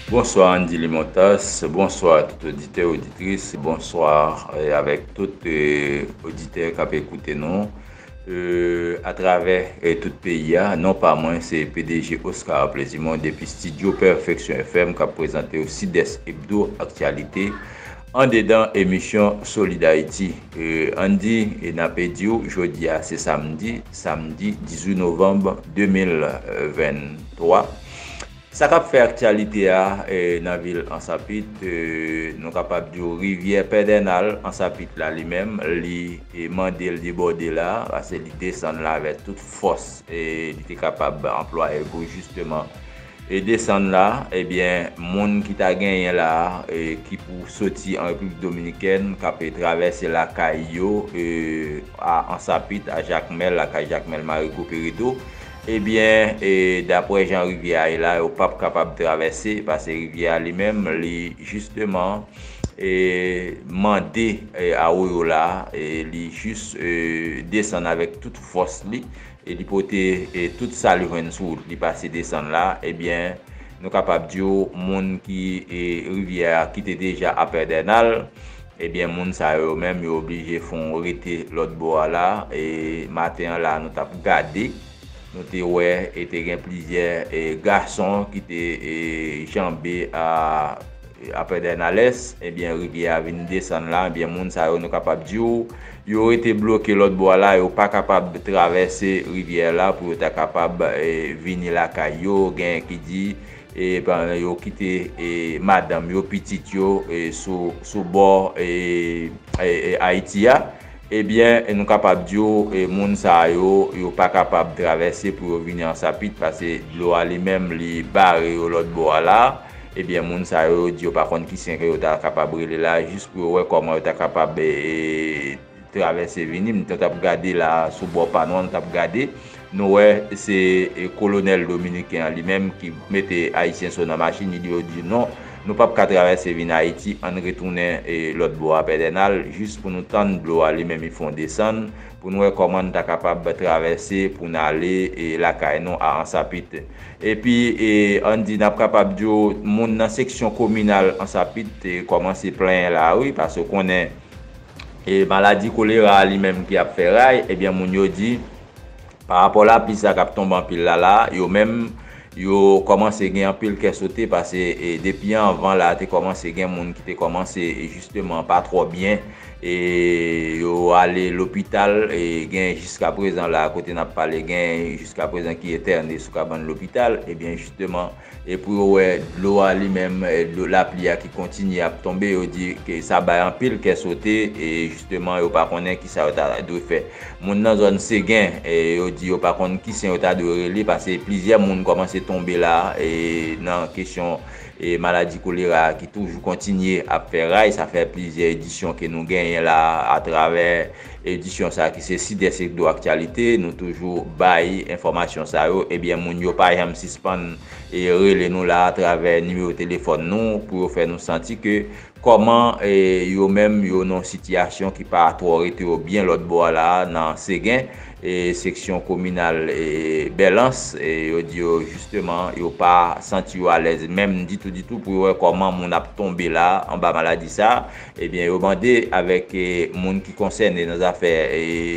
Bonsoir Andy Limotas, bonsoir à tout auditeur, auditrice, bonsoir avec tout auditeur qui a écouté nous à travers tout le pays. Non pas moi, c'est PDG Oscar Plaisimont depuis Studio Perfection FM qui a présenté aussi des hebdo actualité en dedans émission Solid Haïti. Andy et Napedio, jeudi c'est samedi 18 novembre 2023. Ça cap fait actualité dans la ville en sapit nous capable de rivière Pédernal en sapit là lui-même li mandé le déborder là parce qu'il descend là avec toute force et il était capable d'employer pour justement et descendre là et bien monde qui t'a gagné là et qui pour sortir en République dominicaine qui peut traverser la Caillou en sapit à Jacmel la Caille Jacmel Marigot Pérido. Eh bien, d'après Jean Rivière, il n'est pas capable de traverser parce que Rivière lui-même, justement, demandé à Oyola, il juste descend avec toute force, et il peut toute sa lui sous, il passe descendre là, eh bien, nous sommes capables de dire aux gens qui Rivière qui était déjà à Pédernal, eh bien, moun sa yo même obligé de faire arrêter l'autre bord là, et matin là, nous avons gardé. Nous avons plusieurs garçons qui étaient jambés à Pédernales. Eh bien, rivière vient descendre là. Eh bien, moun sa yo nous capable de dire ils ont été bloqués l'autre bord là, ils sont pas capables de traverser rivière là pour être capable de venir la caillou. Gen qui dit et ben yo quitté madame yo petite yo sous bord Haïti. Eh bien, nous sommes capables de dire que les gens ne sont pas capables de traverser pour venir en sapit parce que l'eau lui-même les barré au l'autre bord là. Eh bien, les gens ne disent pas qui sont capables de là juste pour voir comment ils sont capables de traverser venir. Nous avons regardé là sous bord panneau, nous avons regardé. Nous c'est le colonel dominicain lui-même qui mettait haïtien sur la machine, il dit non. Nous ne pouvons pas traverser vers Haïti en retournant l'autre bord à Pédernal juste pour nous tendre de l'eau à lui-même ils font descendre pour nous voir comment nous sommes capables de traverser pour nous aller la caille à Ansapit. Et puis on dit nous capable de mon dans la section communale Ansapit commencer plein là oui parce qu'on est maladie choléra lui-même qui a fait rail et bien mon yo dit par rapport à la piste qui tombe en pile là yo même yo commencé gagner un pile qui sauté parce que depuis avant là tu commencé gagner monde qui te commencé justement pas trop bien et yo aller l'hôpital et gain jusqu'à présent là à côté n'a parlé gain jusqu'à présent qui est interné sous cabane l'hôpital et bien justement et pour ouais l'eau lui-même la pluie qui continue à tomber on dit que ça va un pile qui sauté et justement yo pas connaît qui ça doit faire monde dans zone Séguin et on dit yo pas connaît qui c'est de relais parce que plusieurs monde commencé tomber là et dans question et maladie choléra qui toujours continue à faire rail ça fait plusieurs éditions que nous gagnons là à travers édition ça qui c'est si des secteurs d'actualité nous toujours bail information ça et bien moun yo pas jamais suspend et relais nous là à travers numéro téléphone nous pour faire nous sentir que comment yo même yo non situation qui pas trop été bien l'autre bord là dans Séguin et section communale et Belance et yo dit justement yo pas senti à l'aise même du tout pour voir comment mon a tombé là en bas maladie ça et bien yo demandé avec monde qui concerne nos affaires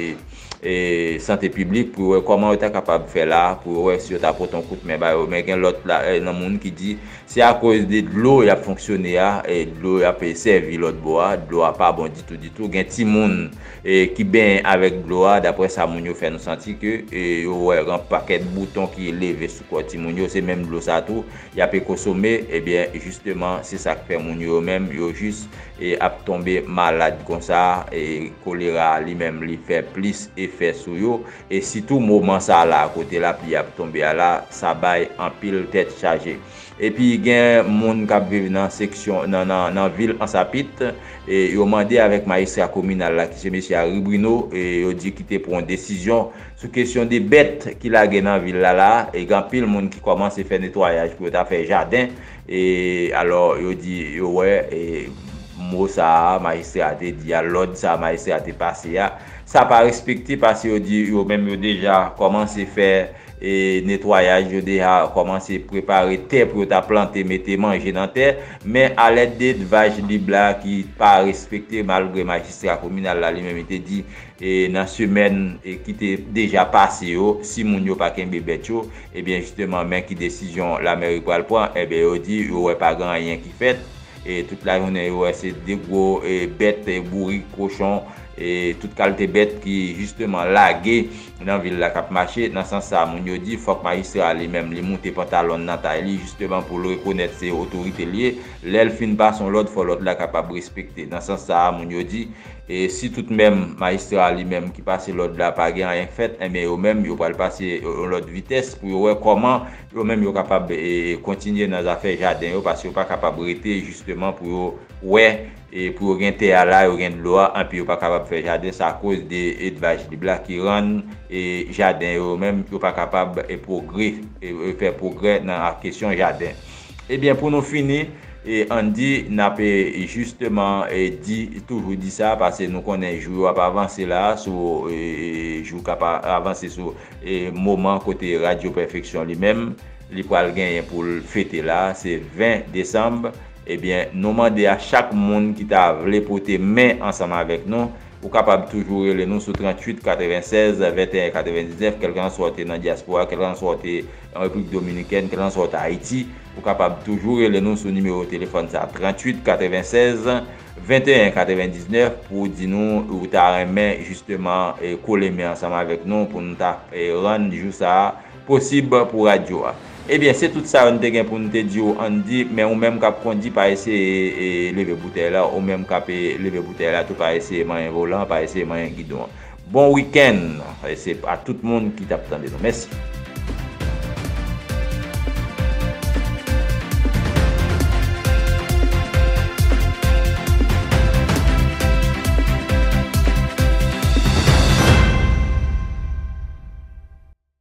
et santé publique pour voir comment on est capable de faire là pour voir si on a porté un coup de main mais gen l'autre là dans monde qui dit c'est à cause de l'eau il a fonctionné et l'eau a peut servir l'autre bois de l'eau a pas bon du tout gen ti monde qui bien avec l'eau d'après ça moun yo fait nous sentir que ouais un paquet de boutons qui est levé sous quoi ti moun yo c'est même l'eau ça tout il a peut consommer et bien justement c'est ça que fait moun yo même yo juste et a tombé malade comme ça et choléra lui-même lui fait plus effet sur yo et si tout moment ça là à côté la pluie a tombé là ça baille en pile tête chargée et puis gen moun qui vivent dans section dans ville en Sapit et yo mandé avec magistrat communal là qui c'est monsieur Rubrino et yo dit qu'il était pour une décision sur question des bêtes qui la gen dans ville là et grand pile monde qui commence à faire nettoyage pour faire jardin et alors yo dit yo ouais et mot ça magistrat a dit à l'ordre ça magistrat a passé ça pas respecté parce que dit yo même yo déjà commencé faire et nettoyage, yo déjà commencé préparer terre pour ta planter, mettre manger dans terre, mais à l'aide de vache libre là qui pas respecté malgré magistrat communal là lui-même était dit et dans semaine et qui était déjà passé yo, si moun yo pas kembe bête yo, et bien justement mais qui décision la mairie pral prendre, et bien yo dit yo ouais pas grand rien qui fait et toute la journée ouais c'est des gros bêtes bourri cochon et toute qualité bête qui justement lagué dans ville la cap marché dans sens ça moun yo dit faut que magistrat lui-même li monter pantalon dans taille justement pour le reconnaître ses autorités liées l'elle fin pas son l'autre faut l'autre là capable respecter dans sens ça moun yo dit et si tout même magistrat lui-même qui passe l'autre là pas rien fait et mais eux même yo pas le passer l'autre vitesse pour voir comment eux même yo capable continuer dans affaires jardin parce que pas capable rester justement pour ouais et pour rien terre là rien de l'eau et puis pas capable faire jardin ça à cause des élevage libre qui rendent et jardin eux même pas capable et progrès et faire progrès dans la question jardin. Et bien pour nous finir et Andy n'a justement toujours dit ça parce que nous connaissons jour à avancer là sur jour capable avancer sur moment côté Radio Perfection lui-même li pral gagner pour fêter là c'est 20 décembre. Eh bien, nous demandons à chaque monde qui t'a voulu porter main ensemble avec nous, ou capable toujours les nous sur 38 96 21 99, quelqu'un soit dans la diaspora, quelqu'un soit en République Dominicaine, quelqu'un soit à Haïti, ou capable toujours les nous sur numéro de téléphone ça 38 96 21 99 pour dire nous ou t'a main justement coller main ensemble avec nous pour nous rendre juste ça possible pour radio. Eh bien, c'est tout ça on te pour nous te dire on dit mais ou même cap conduit pas essayer lever bouteille là ou même cap lever bouteille là tout pas essayer main volant pas essayer main guidon. Bon week-end. C'est à tout le monde qui t'attend. Merci.